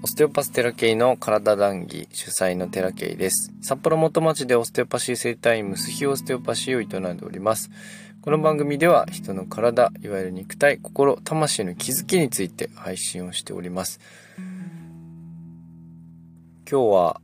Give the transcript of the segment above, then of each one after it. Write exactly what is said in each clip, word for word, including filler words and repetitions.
オステオパステラケイの体談義主催のテラケイです。札幌元町でオステオパシー整体院ムスヒオステオパシーを営んでおります。この番組では人の体、いわゆる肉体、心、魂の気づきについて配信をしております。今日は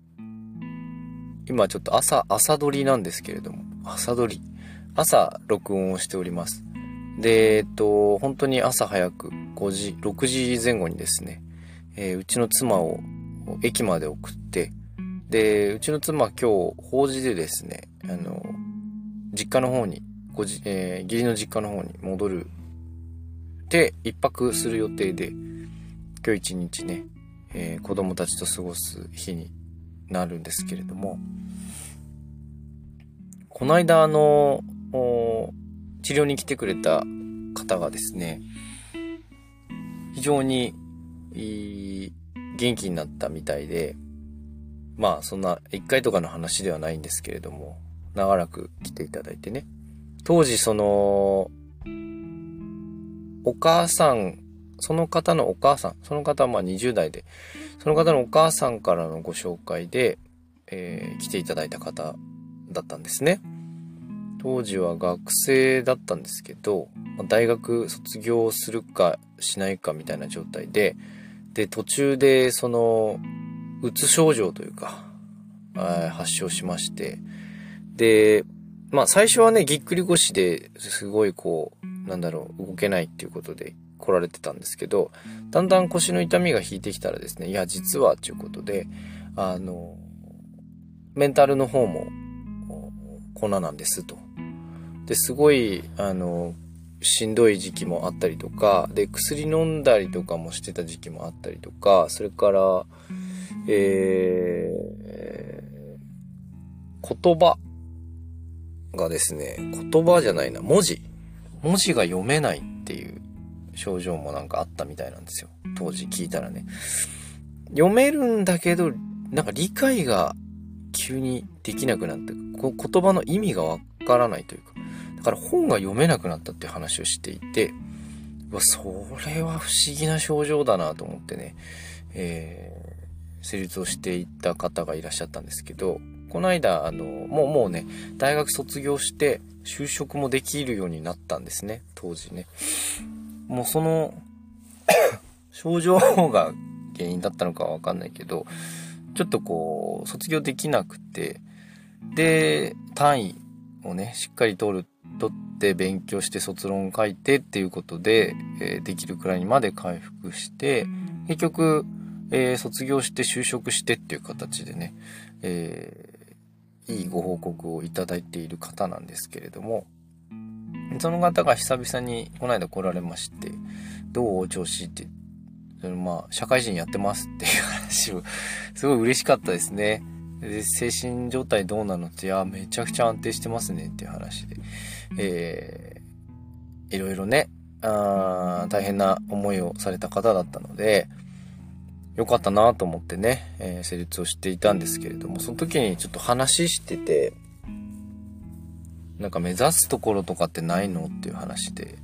今ちょっと朝朝撮りなんですけれども、朝撮り朝録音をしております。で、えっと本当に朝早くごじろくじぜん後にですね、えー、うちの妻を駅まで送って、でうちの妻今日法事でですね、あの実家の方にごじ、えー、義理の実家の方に戻るで一泊する予定で、今日一日ね、えー、子供たちと過ごす日になるんですけれども、この間あの治療に来てくれた方がですね、非常にいい元気になったみたいで、まあそんないっかいとかの話ではないんですけれども、長らく来ていただいてね、当時そのお母さん、その方のお母さん、その方はまあにじゅう代で、その方のお母さんからのご紹介で、えー、来ていただいた方だったんですね。当時は学生だったんですけど、大学卒業するかしないかみたいな状態で、で途中でそのうつ症状というか発症しまして、でまあ最初はねぎっくり腰ですごいこうなんだろう動けないっていうことで来られてたんですけど、だんだん腰の痛みが引いてきたらですね、いや実はということで、あのメンタルの方もこんななんですと。ですごいあのしんどい時期もあったりとかで、薬飲んだりとかもしてた時期もあったりとか、それからえー、言葉がですね、言葉じゃないな、文字文字が読めないっていう症状もなんかあったみたいなんですよ。当時聞いたらね、読めるんだけどなんか理解が急にできなくなって、こ言葉の意味がわからないというか、だから本が読めなくなったっていう話をしていて、うわそれは不思議な症状だなと思ってね、えー、施術をしていった方がいらっしゃったんですけど、この間あのもうもうね大学卒業して就職もできるようになったんですね、当時ね。もうその症状が原因だったのかは分かんないけど、ちょっとこう卒業できなくて、で単位をねしっかり取る取って勉強して卒論書いてっていうことで、えー、できるくらいにまで回復して、結局、えー、卒業して就職してっていう形でね、えー、いいご報告をいただいている方なんですけれども、その方が久々にこの間来られまして、どう調子ってまあ社会人やってますっていう話をすごい嬉しかったですね。で精神状態どうなのって、いやめちゃくちゃ安定してますねっていう話で、えー、いろいろねあ大変な思いをされた方だったのでよかったなと思ってね、えー、施術をしていたんですけれども、その時にちょっと話してて、なんか目指すところとかってないのっていう話で、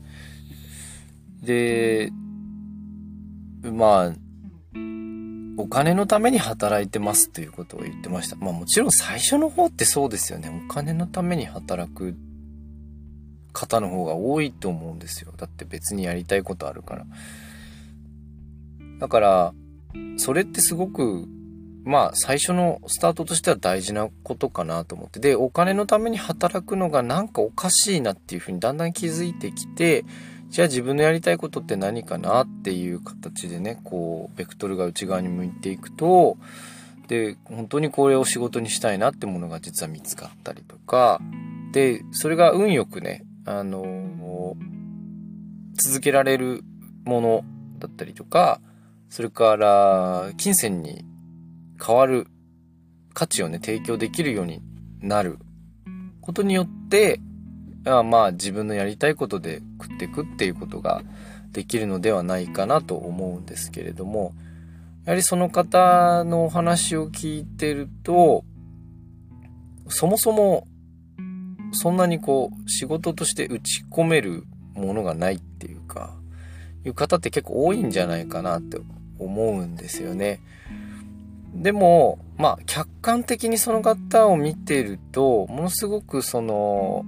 でまあお金のために働いてますということを言ってました。まあもちろん最初の方ってそうですよね。お金のために働く方の方が多いと思うんですよ。だって別にやりたいことあるから。だからそれってすごくまあ最初のスタートとしては大事なことかなと思って、でお金のために働くのがなんかおかしいなっていうふうにだんだん気づいてきて、じゃあ自分のやりたいことって何かなっていう形でね、こうベクトルが内側に向いていくと、で本当にこれを仕事にしたいなってものが実は見つかったりとかで、それが運よくねあの続けられるものだったりとか、それから金銭に変わる価値をね提供できるようになることによって、あまあ自分のやりたいことで食っていくっていうことができるのではないかなと思うんですけれども、やはりその方のお話を聞いてると、そもそもそんなにこう仕事として打ち込めるものがないっていうかいう方って結構多いんじゃないかなって思うんですよね。でも、まあ、客観的にその方を見てると、ものすごくその、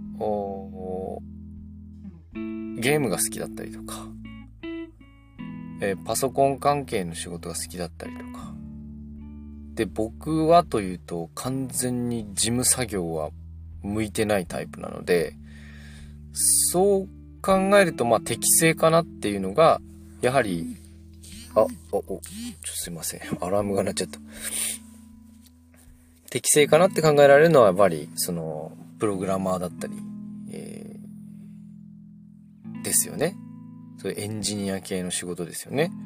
ゲームが好きだったりとか、えー、パソコン関係の仕事が好きだったりとか。で、僕はというと、完全に事務作業は向いてないタイプなので、そう考えると、まあ、適正かなっていうのが、やはり、あ、お、お、ちょっとすいません。アラームが鳴っちゃった。適正かなって考えられるのは、やっぱり、その、プログラマーだったり、えー、ですよね。そういうエンジニア系の仕事ですよね。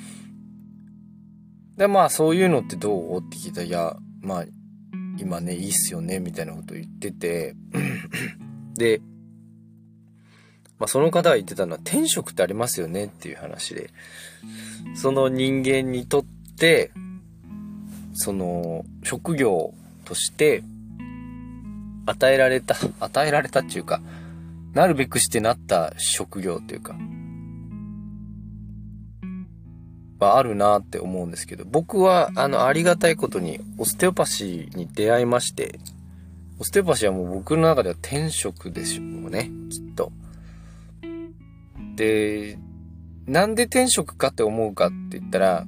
で、まあ、そういうのってどうって聞いたら、いや、まあ、今ね、いいっすよね、みたいなことを言ってて、で、まあ、その方が言ってたのは、転職ってありますよねっていう話で、その人間にとって、その、職業として、与えられた、与えられたっていうか、なるべくしてなった職業っていうか、はあるなって思うんですけど、僕は、あの、ありがたいことに、オステオパシーに出会いまして、オステオパシーはもう僕の中では転職でしょうね、きっと。で、なんで転職かって思うかって言ったら、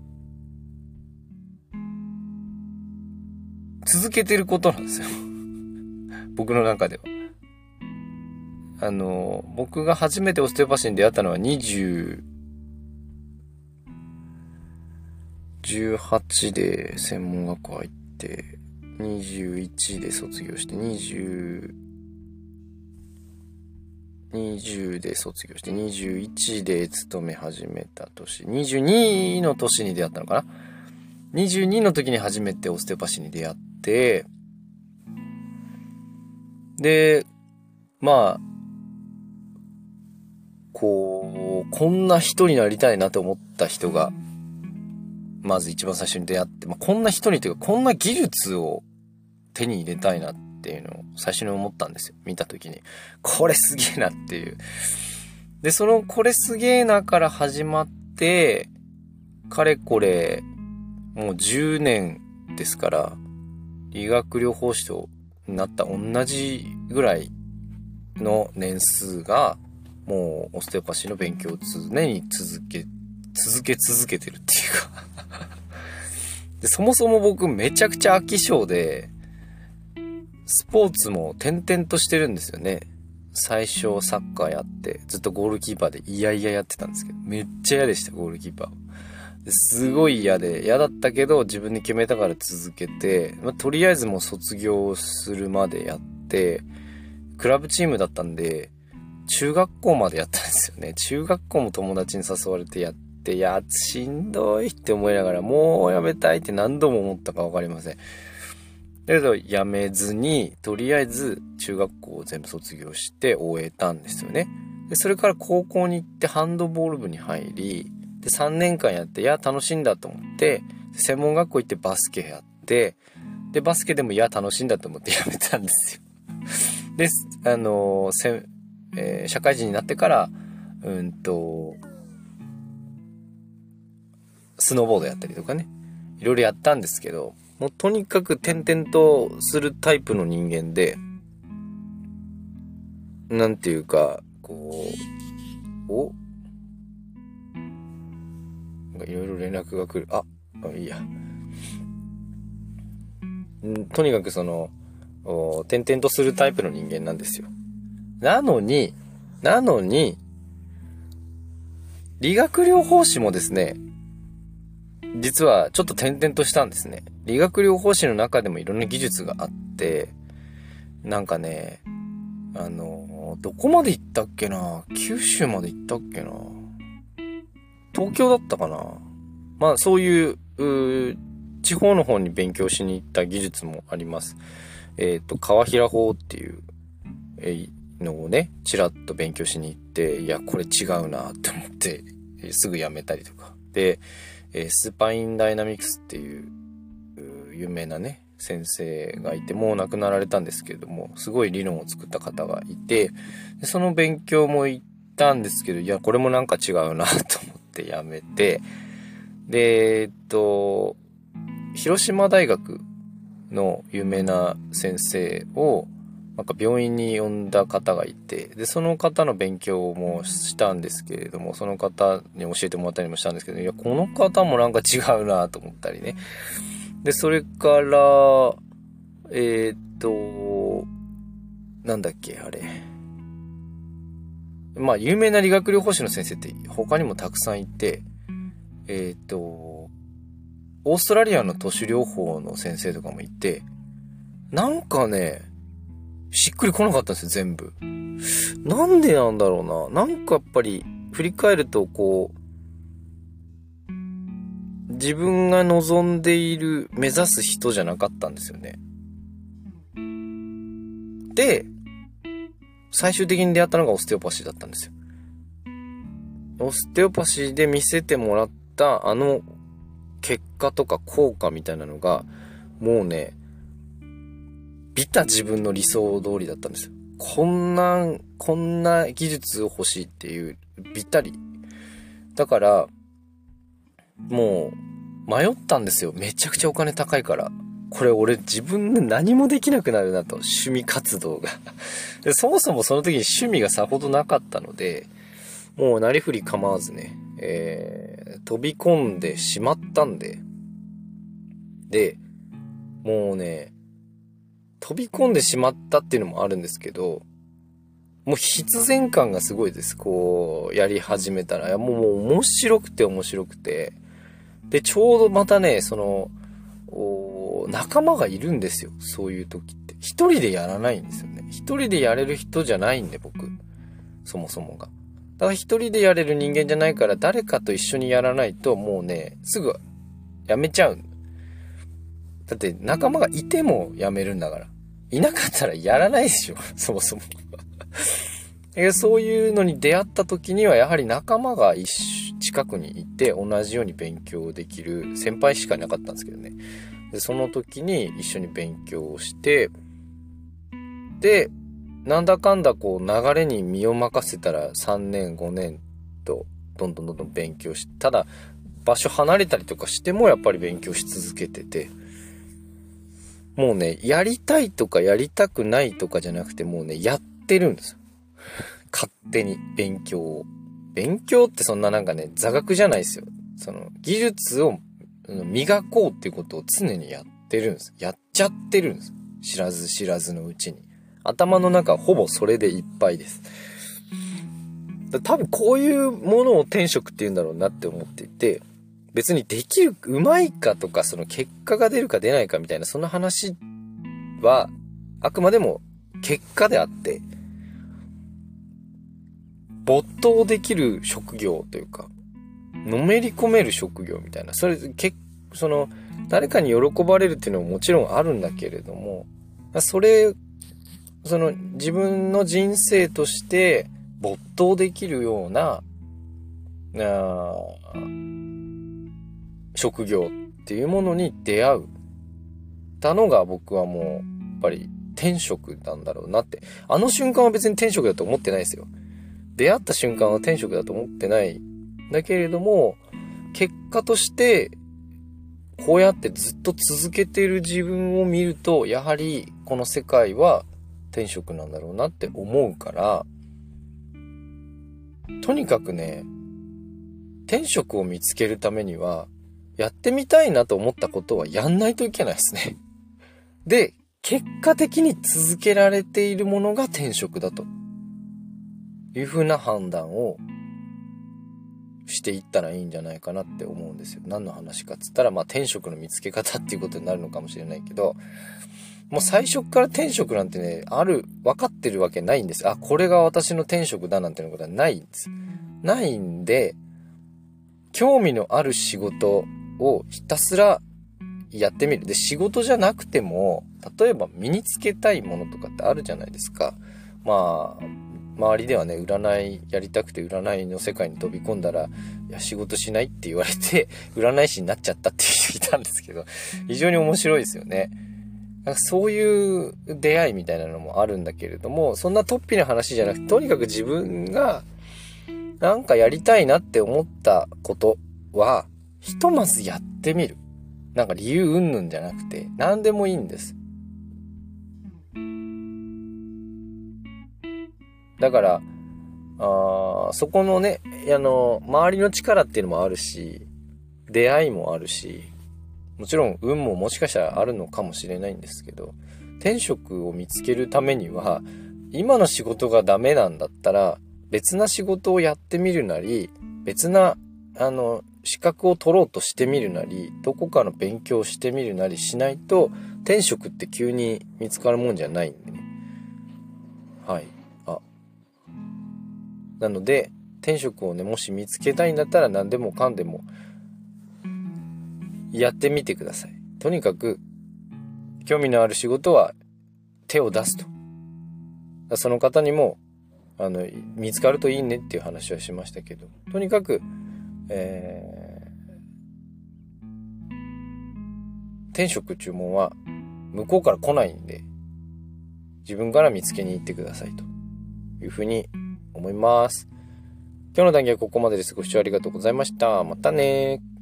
続けてることなんですよ。僕の中では。あの、僕が初めてオステオパシーに出会ったのはにじゅう、じゅうはちで専門学校入って、にじゅういちで卒業して、にじゅう、にじゅうで卒業して、にじゅういちで勤め始めた年、にじゅうにの年に出会ったのかな？ にじゅうに の時に初めてオステオパシーに出会って、で、まあ、こう、こんな人になりたいなと思った人が、まず一番最初に出会って、まあ、こんな人にというか、こんな技術を手に入れたいなっていうのを最初に思ったんですよ。見た時に。これすげえなっていう。で、そのこれすげえなから始まって、かれこれ、もうじゅうねんですから、理学療法士となった同じぐらいの年数が、もうオステオパシーの勉強を常に続け、続け続けてるっていうかで、そもそも僕めちゃくちゃ飽き性で、スポーツも転々としてるんですよね。最初サッカーやって、ずっとゴールキーパーでいやいややってたんですけど、めっちゃ嫌でした、ゴールキーパー。すごい嫌で、嫌だったけど自分で決めたから続けて、まあ、とりあえずもう卒業するまでやって、クラブチームだったんで、中学校までやったんですよね。中学校も友達に誘われてやって、いや、しんどいって思いながら、もうやめたいって何度も思ったかわかりません。だけど、やめずに、とりあえず中学校を全部卒業して終えたんですよね。で、それから高校に行ってハンドボール部に入り、で、さんねんかんやって、いや、楽しいんだと思って、専門学校行ってバスケやって、で、バスケでもいや、楽しいんだと思ってやめたんですよ。で、あのー、せえー、社会人になってから、うんと、スノーボードやったりとかね、いろいろやったんですけど、もうとにかく転々とするタイプの人間で、なんていうか、こう、おいろいろ連絡が来る。あ、あいいや。んとにかくその、転々とするタイプの人間なんですよ。なのに、なのに、理学療法士もですね、実はちょっと転々としたんですね。理学療法士の中でもいろんな技術があって、なんかね、あの、どこまで行ったっけな？九州まで行ったっけな？東京だったかな？まあそういう、う地方の方に勉強しに行った技術もあります。えっと、川平法っていう、えーのをね、ちらっと勉強しに行って、いや、これ違うなって思って、すぐやめたりとか。で、スパインダイナミクスっていう、有名なね、先生がいて、もう亡くなられたんですけれども、すごい理論を作った方がいて、でその勉強も行ったんですけど、いや、これもなんか違うなと思ってやめて、 で、えっと、広島大学の有名な先生を、なんか病院に呼んだ方がいて、で、その方の勉強もしたんですけれども、その方に教えてもらったりもしたんですけど、いや、この方もなんか違うなと思ったりね。で、それから、えー、っと、なんだっけ、あれ。まあ、有名な理学療法士の先生って他にもたくさんいて、えー、っと、オーストラリアの都市療法の先生とかもいて、なんかね、しっくりこなかったんですよ、全部。なんでなんだろうな。なんかやっぱり、振り返ると、こう、自分が望んでいる、目指す人じゃなかったんですよね。で、最終的に出会ったのがオステオパシーだったんですよ。オステオパシーで見せてもらったあの結果とか効果みたいなのが、もうね、ビタ自分の理想通りだったんですよ。こんな、こんな技術を欲しいっていう、ビタリ。だから、もう、迷ったんですよ。めちゃくちゃお金高いから。これ俺自分で何もできなくなるなと。趣味活動が。で、そもそもその時に趣味がさほどなかったので、もうなりふり構わずね、えー、飛び込んでしまったんで。で、もうね、飛び込んでしまったっていうのもあるんですけど、もう必然感がすごいです。こう、やり始めたら。もう、もう面白くて面白くて。で、ちょうどまたね、その、仲間がいるんですよ。そういう時って。一人でやらないんですよね。一人でやれる人じゃないんで、僕。そもそもが。だから一人でやれる人間じゃないから、誰かと一緒にやらないと、もうね、すぐやめちゃう。だって仲間がいてもやめるんだから。いなかったらやらないでしょ。そもそも。そういうのに出会った時にはやはり仲間が一近くにいて同じように勉強できる先輩しかいなかったんですけどね。で、その時に一緒に勉強をして、で、なんだかんだこう流れに身を任せたらさんねんごねんとどんどんどんどん勉強して、ただ場所離れたりとかしてもやっぱり勉強し続けてて、もうね、やりたいとかやりたくないとかじゃなくて、もうね、やってるんですよ。勝手に勉強を。勉強ってそんななんかね、座学じゃないですよ。その技術を磨こうっていうことを常にやってるんです。やっちゃってるんです。知らず知らずのうちに。頭の中ほぼそれでいっぱいです。多分こういうものを天職って言うんだろうなって思っていて、別にできる、うまいかとか、その結果が出るか出ないかみたいな、その話は、あくまでも結果であって、没頭できる職業というか、のめり込める職業みたいな、それ、け、その、誰かに喜ばれるっていうのももちろんあるんだけれども、それ、その、自分の人生として没頭できるような、あ職業っていうものに出会うたのが僕はもうやっぱり天職なんだろうなって。あの瞬間は別に天職だと思ってないですよ。出会った瞬間は天職だと思ってないだけれども、結果としてこうやってずっと続けている自分を見ると、やはりこの世界は天職なんだろうなって思うから、とにかくね、天職を見つけるためにはやってみたいなと思ったことはやんないといけないですね。で、結果的に続けられているものが天職だというふうな判断をしていったらいいんじゃないかなって思うんですよ。何の話かっつったら、まあ天職の見つけ方っていうことになるのかもしれないけど、もう最初から天職なんてね、ある、分かってるわけないんです。あ、これが私の天職だなんていうことはないんです。ないんで、興味のある仕事をひたすらやってみる。で、仕事じゃなくても、例えば身につけたいものとかってあるじゃないですか。まあ、周りではね、占いやりたくて占いの世界に飛び込んだら、いや、仕事しないって言われて、占い師になっちゃったっていう人いたんですけど、非常に面白いですよね。なんかそういう出会いみたいなのもあるんだけれども、そんな突飛な話じゃなくて、とにかく自分がなんかやりたいなって思ったことは、 ひとまずやってみる。なんか理由うんぬんじゃなくて、何でもいいんです。だから、あそこのね、あの、周りの力っていうのもあるし、出会いもあるし、もちろん運ももしかしたらあるのかもしれないんですけど、転職を見つけるためには、今の仕事がダメなんだったら、別な仕事をやってみるなり、別な、あの、資格を取ろうとしてみるなり、どこかの勉強をしてみるなりしないと、転職って急に見つかるもんじゃないんでね。はい。あ。なので、転職をね、もし見つけたいんだったら何でもかんでもやってみてください。とにかく、興味のある仕事は手を出すと。その方にも、あの、見つかるといいねっていう話はしましたけど、とにかく、えー、転職注文は向こうから来ないんで、自分から見つけに行ってくださいというふうに思います。今日の談義はここまでです。ご視聴ありがとうございました。またねー。